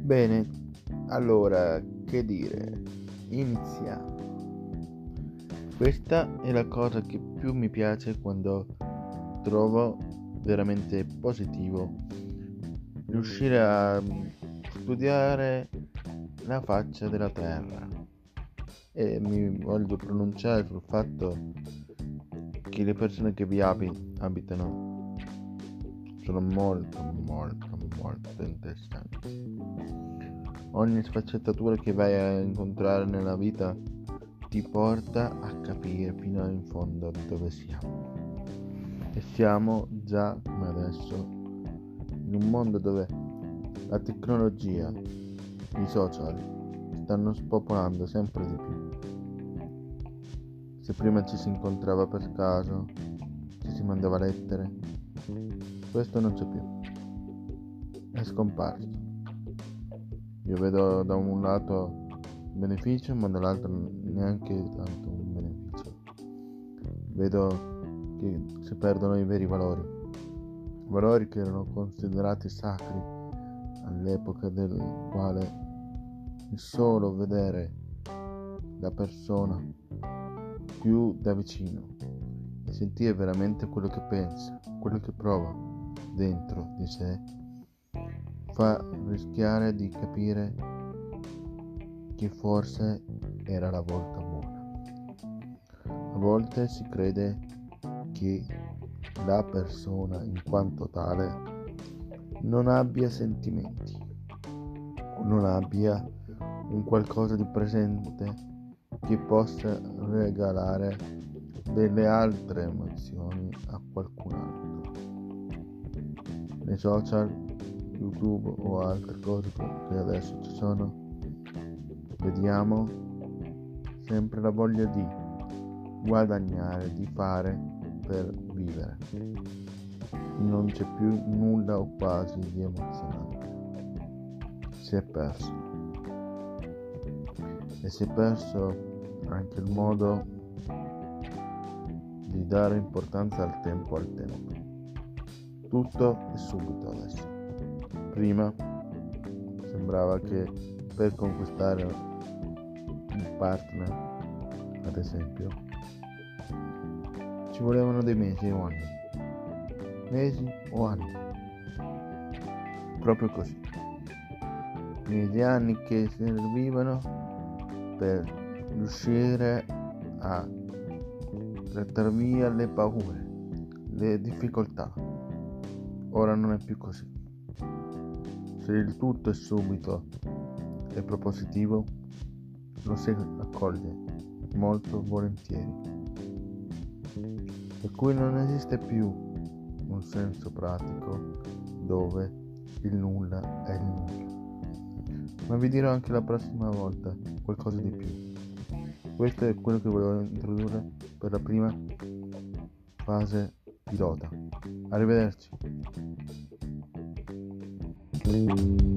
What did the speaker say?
Bene, allora, che dire? Iniziamo. Questa è la cosa che più mi piace quando trovo veramente positivo riuscire a studiare la faccia della terra e mi voglio pronunciare sul fatto che le persone che vi abitano sono molto interessanti. Ogni sfaccettatura che vai a incontrare nella vita ti porta a capire fino in fondo dove siamo. E siamo già come adesso in un mondo dove la tecnologia, i social stanno spopolando sempre di più. Se prima ci si incontrava per caso, ci si mandava lettere, questo non c'è più, è scomparso. Io vedo da un lato beneficio, ma dall'altro neanche tanto un beneficio. Vedo che si perdono i veri valori che erano considerati sacri all'epoca del quale il solo vedere la persona più da vicino e sentire veramente quello che pensa, quello che prova dentro di sé fa rischiare di capire che forse era la volta buona. A volte si crede che la persona in quanto tale non abbia sentimenti, non abbia un qualcosa di presente che possa regalare delle altre emozioni a qualcun altro. Nei social, YouTube o altre cose che adesso ci sono, vediamo sempre la voglia di guadagnare, di fare per vivere. Non c'è più nulla o quasi di emozionante. Si è perso. E si è perso anche il modo di dare importanza al tempo. Tutto è subito adesso. Prima sembrava che per conquistare un partner, ad esempio, ci volevano dei mesi o anni, proprio così. Mesi e anni che servivano per riuscire a trattare via le paure, le difficoltà. Ora non è più così. Se il tutto è subito e propositivo, lo si accoglie molto volentieri. Per cui non esiste più un senso pratico dove il nulla è il nulla. Ma vi dirò anche la prossima volta qualcosa di più. Questo è quello che volevo introdurre per la prima fase pilota. Arrivederci.